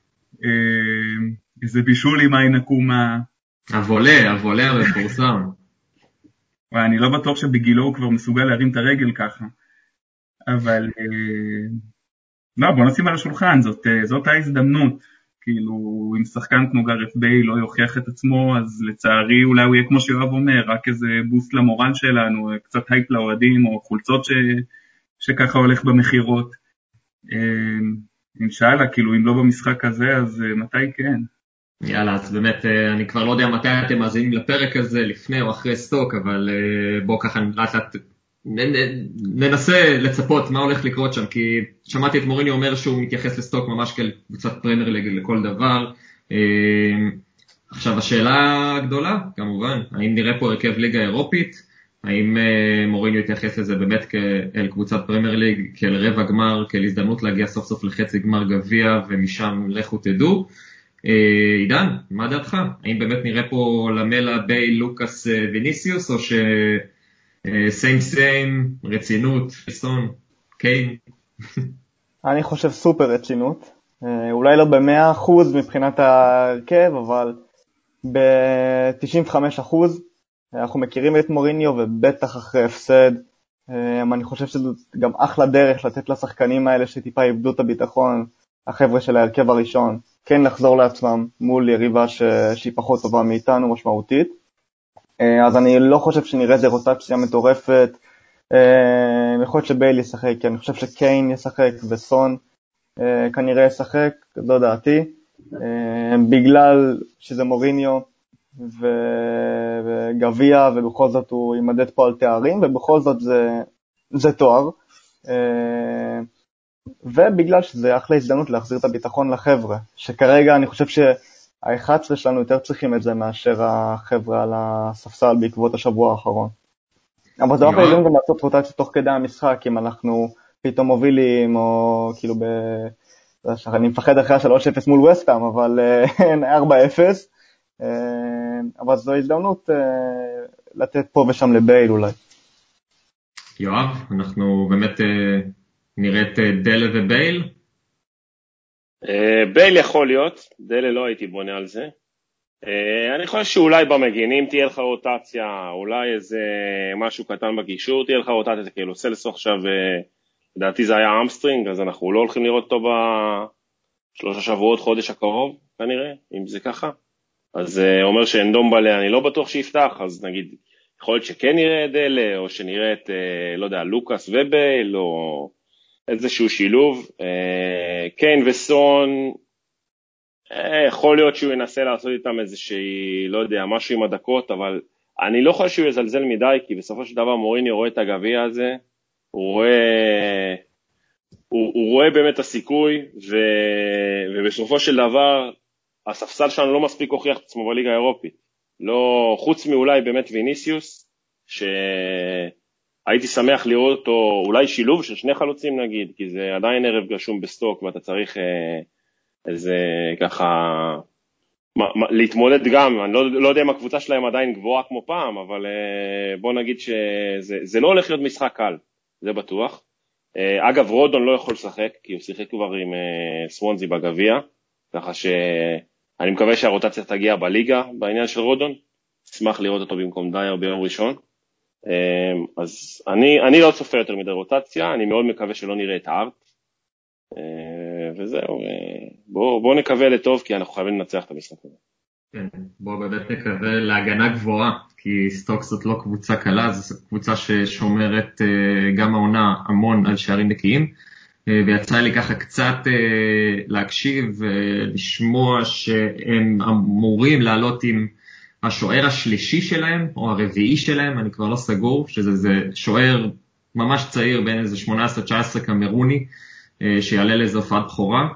איזה בישול עם עין עקומה. הוולה המפורסם. אני לא בטוח שבגילו הוא כבר מסוגל להרים את הרגל ככה, אבל לא, בוא נשים על השולחן, זאת ההזדמנות, כאילו אם שחקן כמו גארת בייל לא יוכיח את עצמו, אז לצערי אולי הוא יהיה כמו שיואב אומר, רק איזה בוסט למורל שלנו, קצת הייפ לאוהדים או חולצות שככה הולך במחירות. אינשאללה, כאילו אם לא במשחק הזה, אז מתי כן? יאללה, אז באמת אני כבר לא יודע מתי אתם מאזינים לפרק הזה, לפני או אחרי סטוק, אבל בואו ככה לאט ננסה לצפות מה הולך לקרות שם, כי שמעתי את מוריני אומר שהוא מתייחס לסטוק ממש כקבוצת פרמייר ליג לכל דבר. עכשיו השאלה הגדולה, כמובן, האם נראה פה הרכב ליגה אירופית, האם מוריני יתייחס לזה באמת כאל קבוצת פרמייר ליג, כאל רבע גמר, כאל הזדמנות להגיע סוף סוף לחצי גמר גביע, ומשם לכו תדעו. עידן, מה דעתך? האם באמת נראה פה למלה בייל, לוקאס, ויניסיוס, או סיים, רצינות, סון, קיין? אני חושב סופר רצינות, אולי לא ב-100% מבחינת ההרכב, אבל ב-95%. אנחנו מכירים את מוריניו, ובטח אחרי הפסד, אני חושב שזו גם אחלה דרך לתת לשחקנים האלה שטיפה איבדו את הביטחון, החבר'ה של ההרכב הראשון, כן לחזור לעצמם מול יריבה שהיא פחות טובה מאיתנו משמעותית. אז אני לא חושב שנראה איזה רוטציה מטורפת, יכול להיות שבייל ישחק, כי אני חושב שקיין ישחק וסון כנראה ישחק, זו דעתי, בגלל שזה מוריניו וגביע, ובכל זאת הוא יימדד פה על תארים, ובכל זאת זה תואר, ובגלל שזה אחלה הזדמנות להחזיר את הביטחון לחבר'ה, שכרגע אני חושב שה-11 שלנו יותר צריכים את זה מאשר החבר'ה על הספסל בעקבות השבוע האחרון. אבל זה לא יכולים גם לעשות רוטציה תוך כדי המשחק, אם אנחנו פתאום מובילים, או כאילו אני מפחד אחרי 3-0 מול וסטהאם, אבל 4-0, אבל זו הזדמנות לתת פה ושם לבייל אולי. יואב, אנחנו באמת נראה את דלה ובייל? בייל יכול להיות, דלה לא הייתי בונה על זה. אני חושב שאולי במגינים תהיה לך רוטציה, אולי איזה משהו קטן בגישור תהיה לך רוטציה, כאילו סלסו עכשיו, לדעתי זה היה אמסטרינג, אז אנחנו לא הולכים לראות אותו ב3 שבועות, חודש הקרוב, כנראה, אם זה ככה. אז אומר שאנדומבלה אני לא בטוח שיפתח, אז נגיד, יכול להיות שכן נראה את דלה, או שנראה את, לא יודע, לוקאס ובייל, או איזשהו שילוב. קיין וסון, יכול להיות שהוא ינסה לעשות איתם איזושהי, לא יודע, משהו עם הדקות, אבל אני לא חושב שהוא יזלזל מדי, כי בסופו של דבר מוריניו רואה את הגביע הזה, הוא רואה באמת הסיכוי, ובסופו של דבר, הספסל שלנו לא מספיק הוכיח את עצמו בליגה האירופית. לא, חוץ מאולי באמת ויניסיוס, שהייתי שמח לראות אותו, אולי שילוב של שני חלוצים נגיד, כי זה עדיין ערב גשום בסטוק, ואתה צריך איזה ככה, להתמודד גם, אני לא יודע אם הקבוצה שלהם עדיין גבוהה כמו פעם, אבל בוא נגיד שזה לא הולך להיות משחק קל, זה בטוח. אגב, רודון לא יכול לשחק, כי הוא שיחק כבר עם סוונזי בגביע, ככה שאני מקווה שהרוטציה תגיע בליגה בעניין של רודון, אשמח לראות אותו במקום דייר ביום ראשון. אז אני לא צופה יותר מדי רוטציה, אני מאוד מקווה שלא נראה את הארט, וזהו, בואו נקווה לטוב, כי אנחנו חייבים לנצח את המשחק הזה. כן, בואו באמת נקווה להגנה גבוהה, כי סטוק זאת לא קבוצה קלה, זו קבוצה ששומרת גם העונה המון על שערים נקיים, ויצא לי ככה קצת להקשיב ולשמוע שהם אמורים לעלות עם השוער השלישי שלהם, או הרביעי שלהם, אני כבר לא סגור, שזה שוער ממש צעיר, בין איזה 18-19 קמרוני, שיעלה לאיזו הופעת בכורה.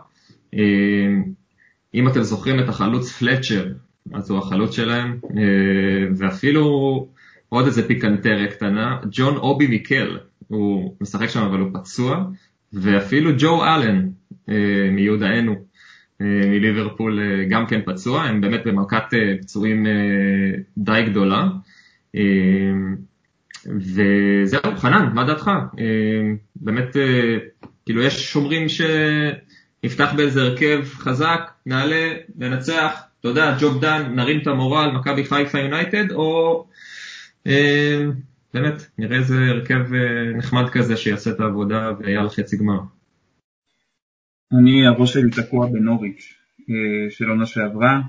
אם אתם זוכרים את החלוץ פלצ'ר, אז הוא החלוץ שלהם, ואפילו עוד איזה פיקנטריה קטנה, ג'ון אובי מיקל, הוא משחק שם אבל הוא פצוע, ואפילו ג'ו אלן מיודענו, מליברפול גם כן פצוע, הם באמת במלכת פצועים די גדולה. וזהו, חנן, מה דעתך? באמת, כאילו יש שומרים שנפתח באיזה הרכב חזק, נעלה, ננצח, אתה יודע, ג'וב דן, נרים את המורל, מכבי חיפה יונייטד, או באמת, נראה איזה הרכב נחמד כזה שיעשה את העבודה ויאללה חצי גמר. אני, הראש שלי תקוע בנוריץ' של עונה שעברה,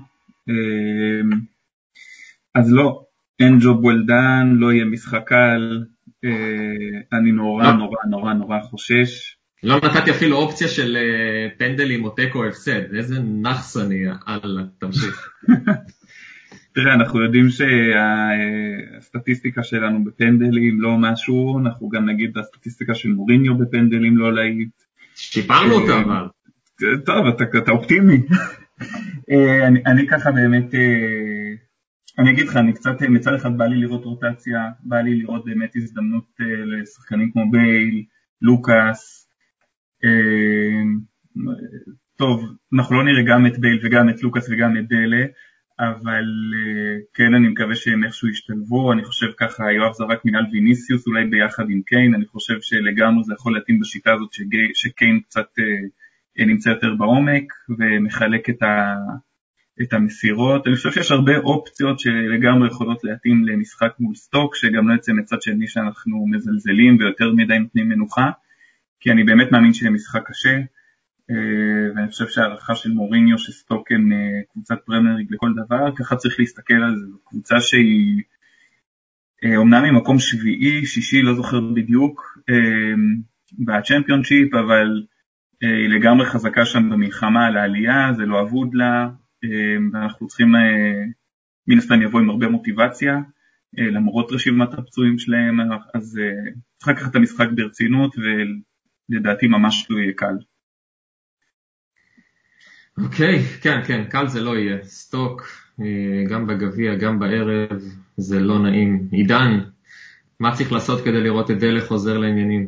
אז לא, אין ג'וב וולדן, לא יהיה משחק קל, אני נורא חושש. לא נתתי אפילו אופציה של פנדלים או טקו הפסד, איזה נחס אני, אללה, תמשיך. תראה, אנחנו יודעים שהסטטיסטיקה שלנו בפנדלים לא משהו, אנחנו גם נגיד הסטטיסטיקה של מוריניו בפנדלים לא להיט. שיפרנו אותה אבל. טוב, אתה אופטימי. אני ככה באמת, אני אגיד לך, אני קצת מצד אחד בא לי לראות רוטציה, בא לי לראות באמת הזדמנות לשחקנים כמו בייל, לוקאס, טוב, אנחנו לא נראה גם את בייל וגם את לוקאס וגם את דלה, אבל כן, אני מקווה שהם איכשהו ישתלבו. אני חושב ככה, יואב זרק מנהל ויניסיוס אולי ביחד עם קיין, אני חושב שלגמרי זה יכול להתאים בשיטה הזאת שקיין קצת נמצא יותר בעומק ומחלק את המסירות. אני חושב שיש הרבה אופציות שלגמרי יכולות להתאים למשחק מול סטוק, שגם לא יצא מצד שני שאנחנו מזלזלים ויותר מדי נותנים מנוחה, כי אני באמת מאמין שיהיה משחק קשה, ואני חושב שהערכה של מוריניו שסטוק הם קבוצת פרמייר ליג לכל דבר, ככה צריך להסתכל על זה. זו קבוצה שהיא אומנם ממקום שביעי, שישי, לא זוכר בדיוק, בצ'מפיונשיפ, אבל היא לגמרי חזקה שם במלחמה על העלייה, זה לא אבוד לה, ואנחנו צריכים מן הסתם יבוא עם הרבה מוטיבציה, למרות רשימת הפצועים שלהם, אז צריך לקחת את המשחק ברצינות, ולדעתי ממש לא יהיה קל. אוקיי, כן, קל זה לא יהיה. סטוק, גם בגביע, גם בערב, זה לא נעים. עידן, מה צריך לעשות כדי לראות את דלה חוזר לעניינים?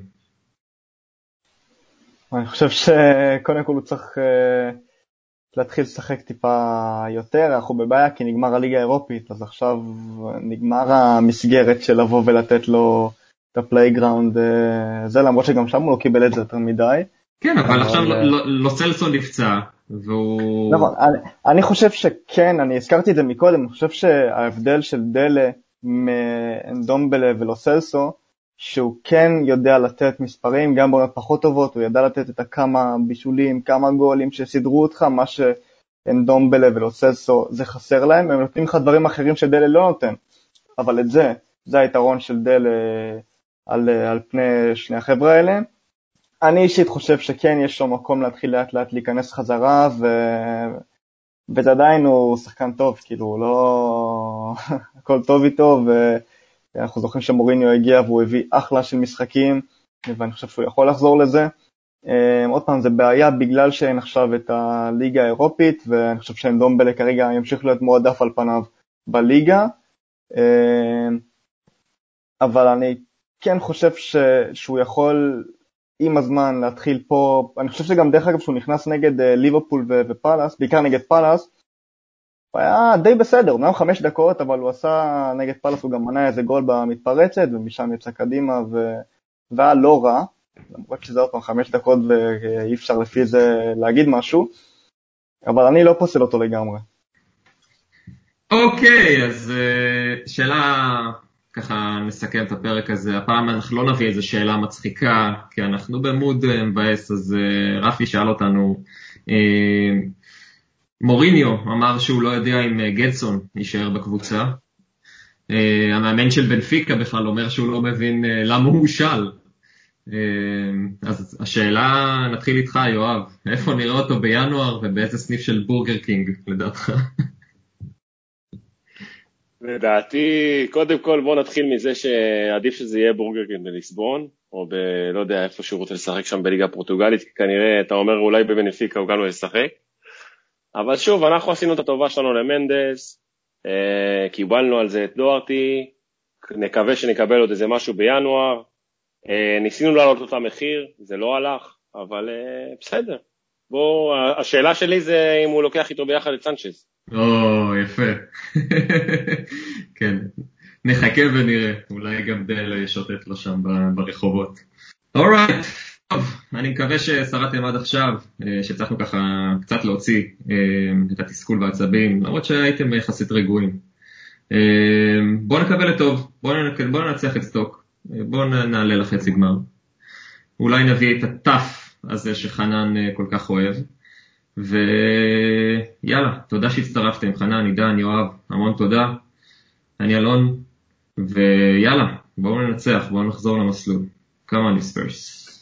אני חושב שקודם כל הוא צריך להתחיל לשחק טיפה יותר. אנחנו בבעיה כי נגמר הליגה האירופית, אז עכשיו נגמר המסגרת של לבוא ולתת לו את הפלייגראונד, זה למרות שגם שם הוא לא קיבל את זה יותר מדי. כן, אבל עכשיו לא סלסון נפצע, והוא... נכון, אני חושב שכן, אני הזכרתי את זה מקודם, אני חושב שההבדל של דלה מאנדומבלה ולא סלסו, שהוא כן יודע לתת מספרים, גם בעונות פחות טובות, הוא ידע לתת את הכמה בישולים, כמה גולים שסידרו אותך, מה שאנדומבלה ולא סלסו זה חסר להם, הם נותנים לך דברים אחרים שדלה לא נותן, אבל את זה היתרון של דלה על פני שני החבר'ה האלה. אני אישית חושב שכן יש לו מקום להתחיל לאט לאט להיכנס חזרה ועדיין הוא שחקן טוב, כאילו, לא... הכל טוב איתו, ואנחנו זוכרים שמוריניו הגיע והוא הביא אחלה של משחקים, ואני חושב שהוא יכול לחזור לזה. עוד פעם, זה בעיה בגלל שאין עכשיו את הליגה האירופית, ואני חושב שאנדומבלה כרגע ימשיך להיות מועדף על פניו בליגה, אבל אני כן חושב שהוא יכול עם הזמן להתחיל פה, אני חושב שגם דרך אגב שהוא נכנס נגד ליברפול ופלאס, בעיקר נגד פלאס, הוא היה די בסדר, הוא היה 5 דקות, אבל הוא עשה נגד פלאס, הוא גם מנע איזה גול במתפרצת, ומשם יצא קדימה, והיה לא רע, למרות שזה עוד פעם 5 דקות, ואי אפשר לפי זה להגיד משהו, אבל אני לא פוסל אותו לגמרי. אוקיי, אז שאלה, ככה נסכם את הפרק הזה, הפעם אנחנו לא נביא איזו שאלה מצחיקה, כי אנחנו במוד מבאס, אז רפי שאל אותנו, מוריניו אמר שהוא לא יודע אם גדסון יישאר בקבוצה, המאמן של בנפיקה בכלל אומר שהוא לא מבין למה הוא שאל, אז השאלה, נתחיל איתך יואב, איפה נראה אותו בינואר ובאיזה סניף של בורגר קינג לדעתך? לדעתי, קודם כל בוא נתחיל מזה שעדיף שזה יהיה בורגר קינג בליסבון, או לא יודע איפה שהוא רוצה לשחק שם בליגה הפורטוגלית, כי כנראה אתה אומר אולי בבנפיקה הוא גם לא ישחק, אבל שוב, אנחנו עשינו את הטובה שלנו למנדס, קיבלנו על זה את דוארטי, נקווה שנקבל עוד איזה משהו בינואר, ניסינו לעלות אותה מחיר, זה לא הלך, אבל בסדר. בוא, השאלה שלי זה אם הוא לוקח איתו ביחד את סנצ'ז. יפה. כן, נחכה ונראה, אולי גם דל ישוטט לו שם ברחובות. אורייט, טוב, אני מקווה ששרדתם עד עכשיו, שצריכנו ככה קצת להוציא את התסכול והעצבים, למרות שהייתם יחסית רגועים. בואו נקבל את טוב, בואו ננצח את סטוק, בואו נעלה לחצי גמר. אולי נביא את הטף הזה שחנן כל כך אוהב. ויאללה, תודה שהצטרפתם, חנן, עידן, יואב, המון תודה. אני אלון, ויאללה, בואו ננצח, בואו נחזור למסלול. Come on, Spurs.